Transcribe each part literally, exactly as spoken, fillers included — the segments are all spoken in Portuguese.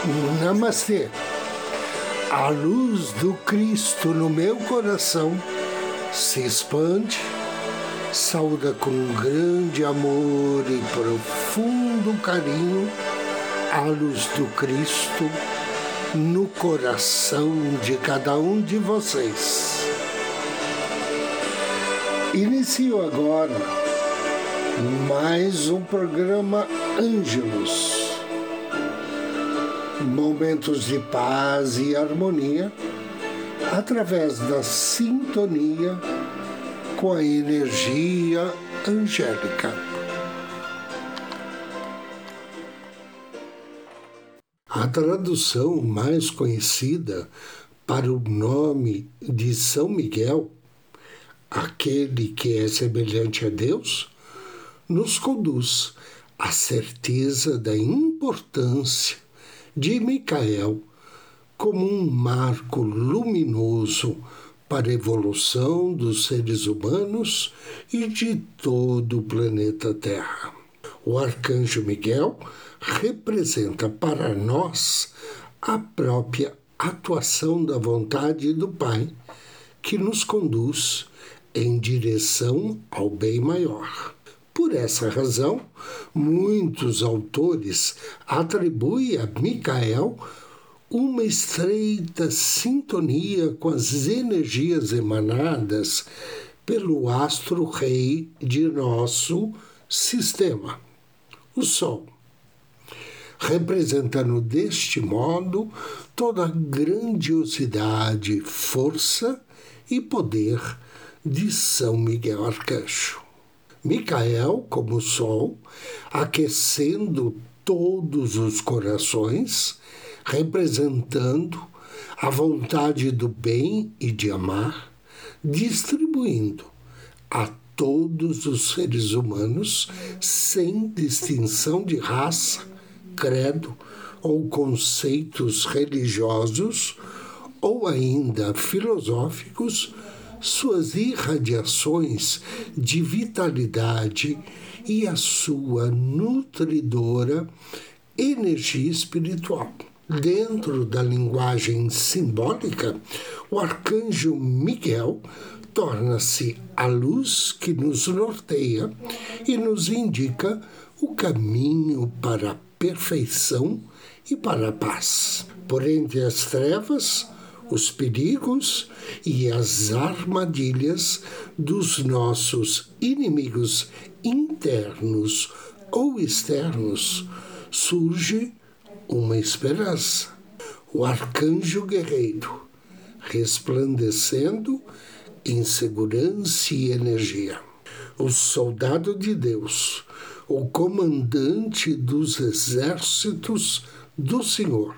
Namastê. A luz do Cristo no meu coração se expande, saúda com grande amor e profundo carinho a luz do Cristo no coração de cada um de vocês. Inicio agora mais um programa Ângelos. Momentos de paz e harmonia através da sintonia com a energia angélica. A tradução mais conhecida para o nome de São Miguel, aquele que é semelhante a Deus, nos conduz à certeza da importância de Micael como um marco luminoso para a evolução dos seres humanos e de todo o planeta Terra. O arcanjo Miguel representa para nós a própria atuação da vontade do Pai, que nos conduz em direção ao bem maior. Por essa razão, muitos autores atribuem a Micael uma estreita sintonia com as energias emanadas pelo astro-rei de nosso sistema, o Sol, representando deste modo toda a grandiosidade, força e poder de São Miguel Arcanjo. Micael, como o Sol, aquecendo todos os corações, representando a vontade do bem e de amar, distribuindo a todos os seres humanos, sem distinção de raça, credo ou conceitos religiosos ou ainda filosóficos, suas irradiações de vitalidade e a sua nutridora energia espiritual. Dentro da linguagem simbólica, o arcanjo Miguel torna-se a luz que nos norteia e nos indica o caminho para a perfeição e para a paz. Por entre as trevas, os perigos e as armadilhas dos nossos inimigos internos ou externos, surge uma esperança. O arcanjo guerreiro, resplandecendo em segurança e energia. O soldado de Deus, o comandante dos exércitos do Senhor,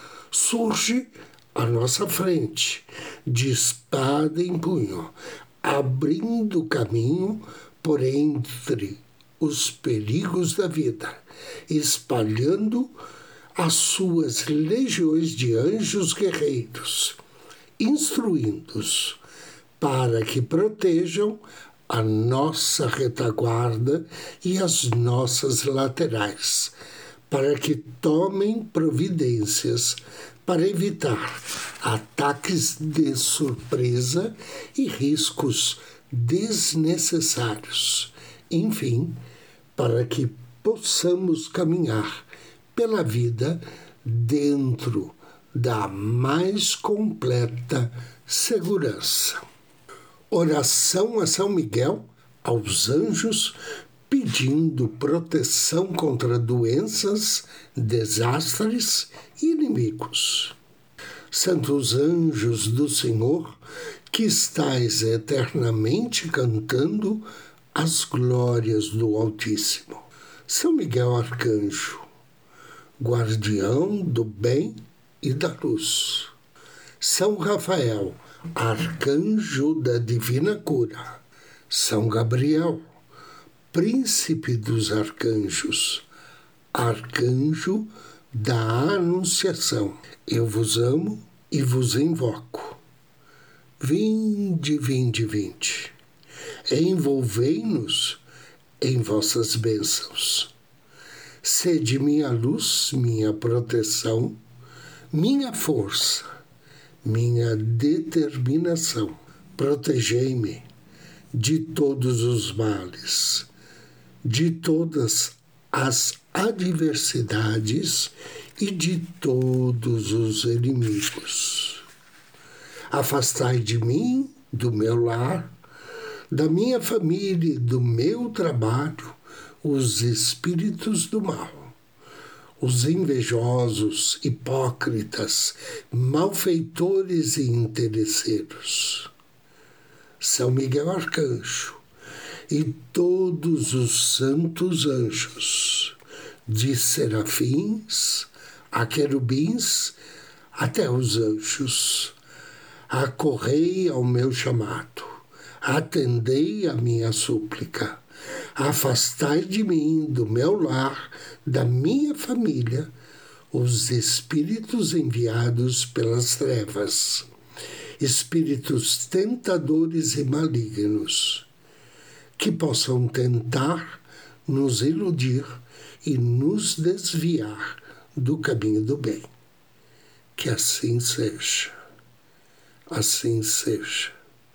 surge à nossa frente, de espada em punho, abrindo caminho por entre os perigos da vida, espalhando as suas legiões de anjos guerreiros, instruindo-os para que protejam a nossa retaguarda e as nossas laterais, para que tomem providências para evitar ataques de surpresa e riscos desnecessários. Enfim, para que possamos caminhar pela vida dentro da mais completa segurança. Oração a São Miguel, aos anjos, pedindo proteção contra doenças, desastres e inimigos. Santos anjos do Senhor, que estais eternamente cantando as glórias do Altíssimo. São Miguel Arcanjo, guardião do bem e da luz. São Rafael, arcanjo da divina cura. São Gabriel, príncipe dos arcanjos, arcanjo da anunciação. Eu vos amo e vos invoco. Vinde, vinde, vinde. Envolvei-nos em vossas bênçãos. Sede minha luz, minha proteção, minha força, minha determinação. Protegei-me de todos os males, de todas as adversidades e de todos os inimigos. Afastai de mim, do meu lar, da minha família e do meu trabalho, os espíritos do mal, os invejosos, hipócritas, malfeitores e interesseiros. São Miguel Arcanjo e todos os santos anjos, de serafins a querubins até os anjos, acorrei ao meu chamado, atendei a minha súplica, afastai de mim, do meu lar, da minha família, os espíritos enviados pelas trevas, espíritos tentadores e malignos, que possam tentar nos iludir e nos desviar do caminho do bem. Que assim seja, assim seja,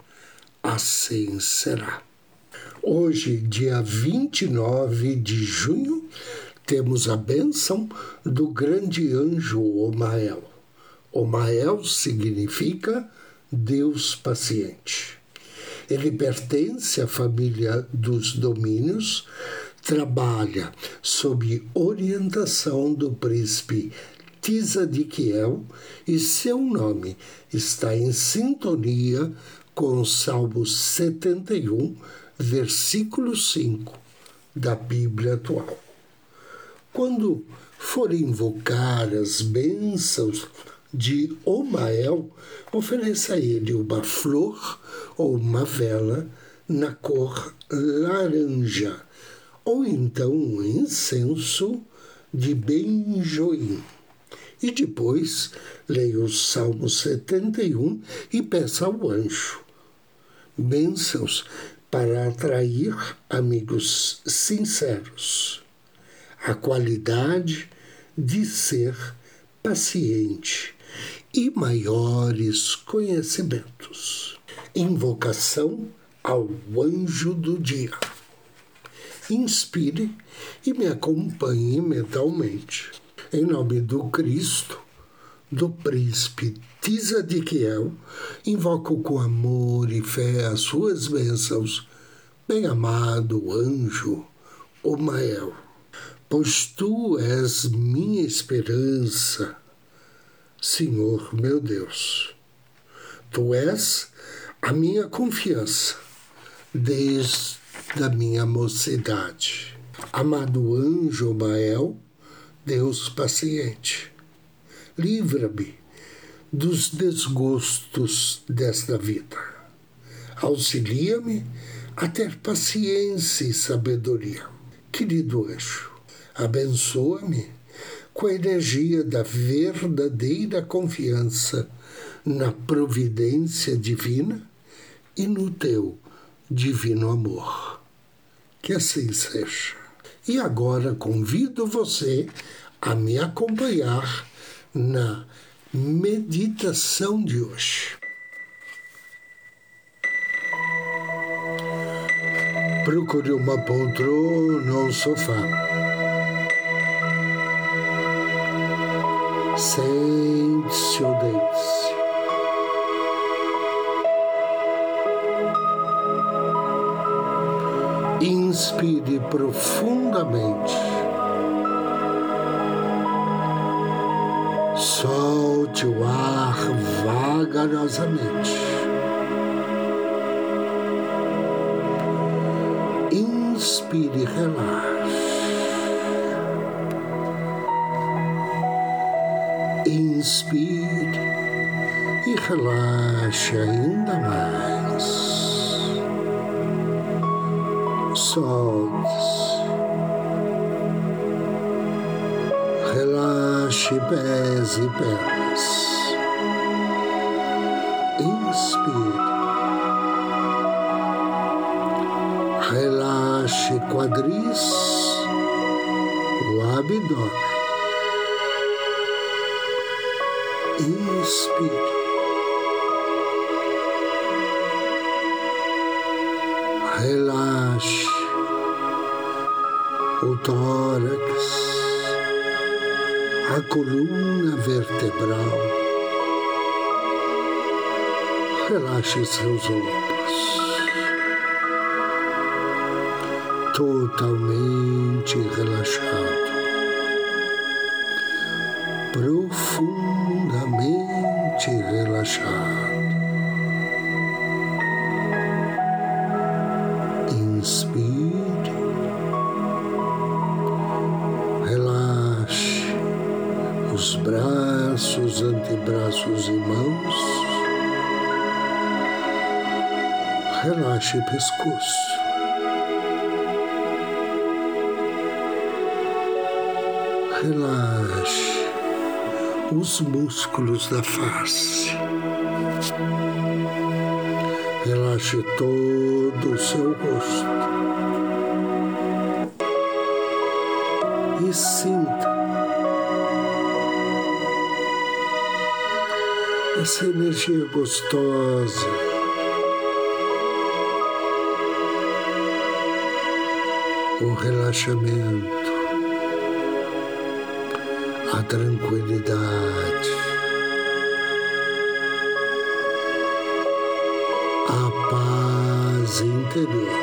assim será. Hoje, dia vinte e nove de junho, temos a bênção do grande anjo Omael. Omael significa Deus paciente. Ele pertence à família dos domínios, trabalha sob orientação do príncipe Tzadkiel e seu nome está em sintonia com o Salmo setenta e um, versículo cinco da Bíblia atual. Quando for invocar as bênçãos de Omael, ofereça a ele uma flor ou uma vela na cor laranja, ou então um incenso de benjoim. E depois leia o Salmo setenta e um e peça ao anjo bênçãos para atrair amigos sinceros, a qualidade de ser paciente e maiores conhecimentos. Invocação ao anjo do dia. Inspire e me acompanhe mentalmente. Em nome do Cristo, do príncipe Tzadkiel, invoco com amor e fé as suas bênçãos, bem-amado anjo Omael, pois tu és minha esperança, Senhor meu Deus. Tu és a minha confiança desde a minha mocidade. Amado anjo Omael, Deus paciente, livra-me dos desgostos desta vida. Auxilia-me a ter paciência e sabedoria. Querido anjo, abençoa-me com a energia da verdadeira confiança na providência divina e no teu divino amor. Que assim seja. E agora convido você a me acompanhar na meditação de hoje. Procure uma poltrona ou sofá. Sente-se ou deite-se. Inspire profundamente. Solte o ar vagarosamente. Inspire e relaxe. Inspire e relaxe ainda mais. Solte-se. Relaxe pés e pernas. Inspire. Relaxe quadris, o abdômen. Inspire. Relaxe o tórax, a coluna vertebral. Relaxe seus ombros. Totalmente relaxado. Profundamente relaxado. Inspire, relaxe os braços, antebraços e mãos, relaxe o pescoço, relaxe os músculos da face. Relaxe todo o seu rosto e sinta essa energia gostosa o relaxamento, a tranquilidade, a paz interior.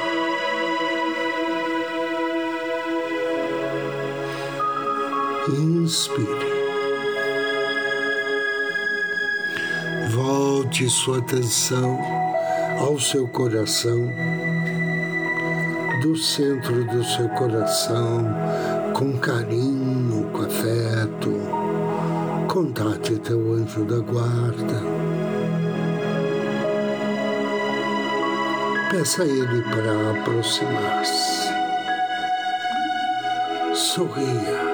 Inspire. Volte sua atenção ao seu coração, do centro do seu coração, com carinho, com afeto. Contate teu anjo da guarda. Peça a ele para aproximar-se. Sorria.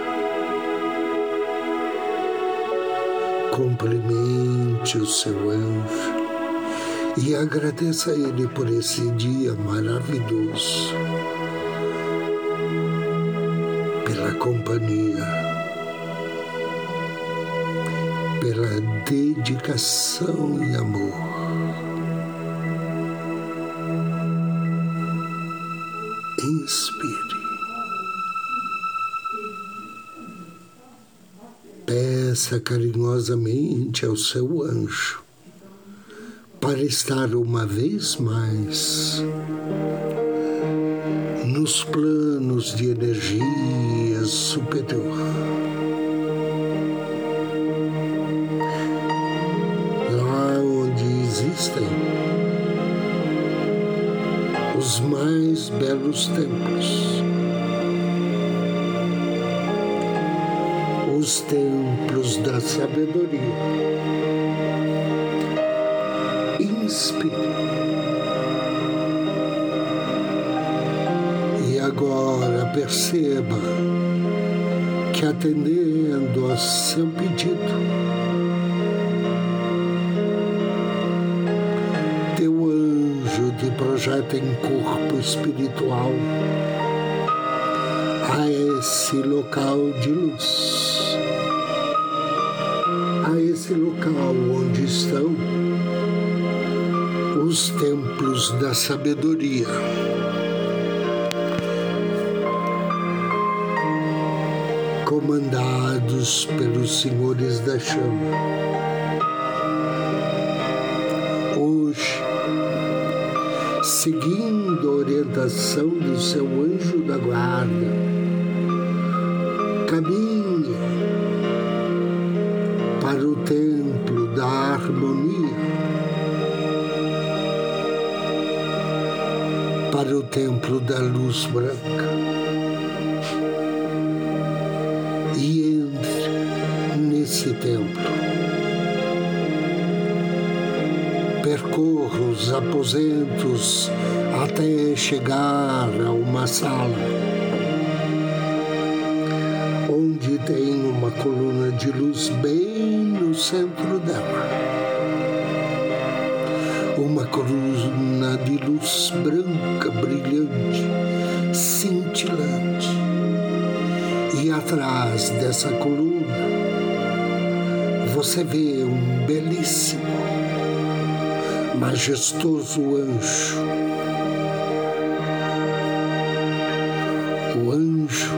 Cumprimente o seu anjo e agradeça a ele por esse dia maravilhoso, pela companhia, pela dedicação e amor. Inspire. Peça carinhosamente ao seu anjo para estar uma vez mais nos planos de energia superior. Lá onde existem os mais belos templos, os templos da sabedoria. Inspire. E agora perceba que, atendendo ao seu pedido, teu anjo te projeta em corpo espiritual a esse local de luz, a esse local onde estão os templos da sabedoria. Comandados pelos senhores da chama. Hoje, seguindo a orientação do seu anjo da guarda, caminhe para o templo da harmonia, para o templo da luz branca, e entre nesse templo. Percorra os aposentos até chegar a uma sala onde tem uma coluna de luz bem no centro dela. Uma coluna de luz branca, brilhante, cintilante. E atrás dessa coluna você vê um belíssimo, majestoso anjo. O anjo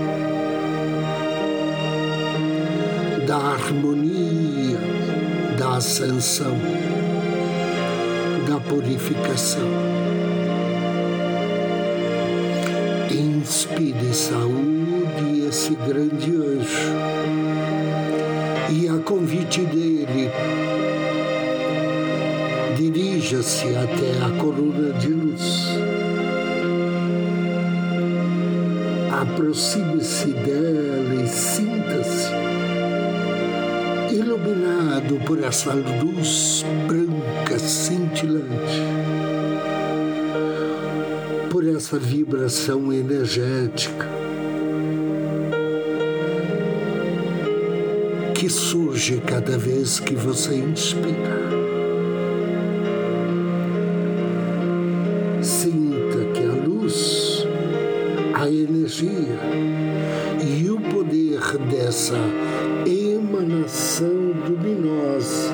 da harmonia, da ascensão, da purificação. Inspire saúde esse grande anjo e, a convite dele, dirija-se até a coluna de luz. Aproxime-se dela e sinta-se iluminado por essa luz branca cintilante, por essa vibração energética que surge cada vez que você inspira. Sinta que a luz, a energia e o poder dessa emanação luminosa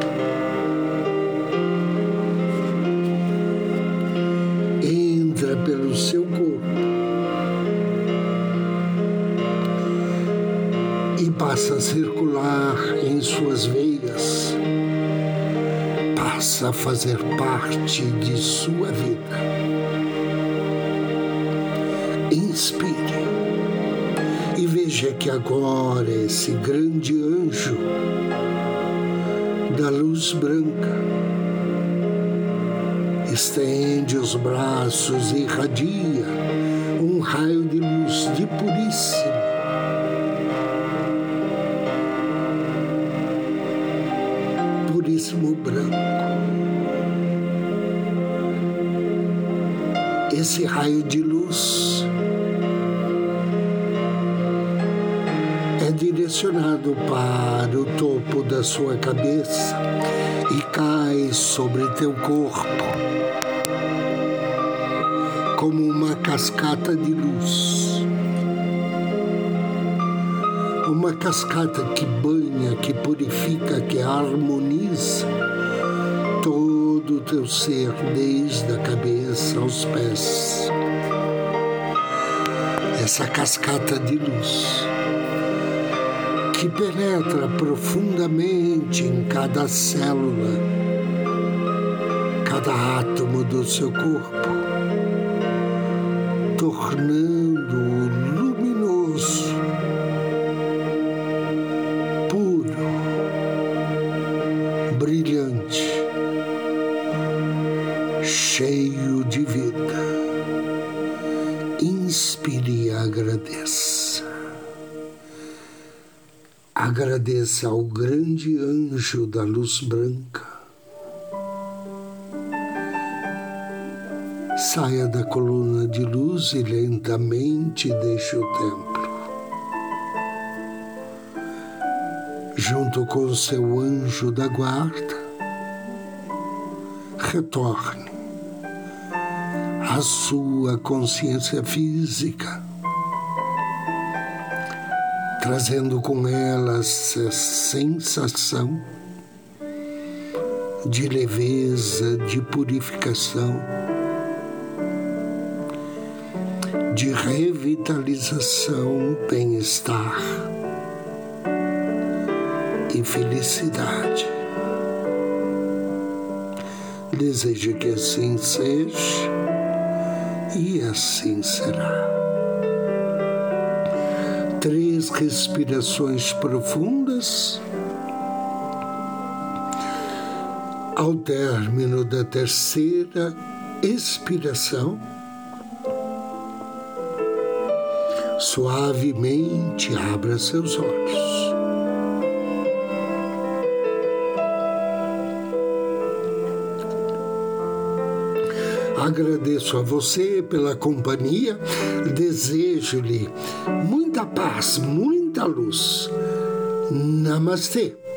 entra pelo seu corpo e passa a circular em suas veias, passa a fazer parte de sua vida. Inspire e veja que agora esse grande anjo da luz branca estende os braços e irradia um raio de luz de puríssimo, puríssimo branco. Esse raio de luz é direcionado para o topo da sua cabeça e cai sobre teu corpo como uma cascata de luz. Uma cascata que banha, que purifica, que harmoniza todo o teu ser, desde a cabeça aos pés. Essa cascata de luz que penetra profundamente em cada célula, cada átomo do seu corpo, tornando-o luminoso, puro, brilhante, cheio de vida. Inspire e agradeça. Agradeça ao grande anjo da luz branca. Saia da coluna de luz e lentamente deixe o templo. Junto com o seu anjo da guarda, retorne à sua consciência física, trazendo com ela essa sensação de leveza, de purificação, de revitalização, bem-estar e felicidade. Desejo que assim seja e assim será. Três respirações profundas. Ao término da terceira expiração, suavemente abra seus olhos. Agradeço a você pela companhia, desejo-lhe muita paz, muita luz. Namastê.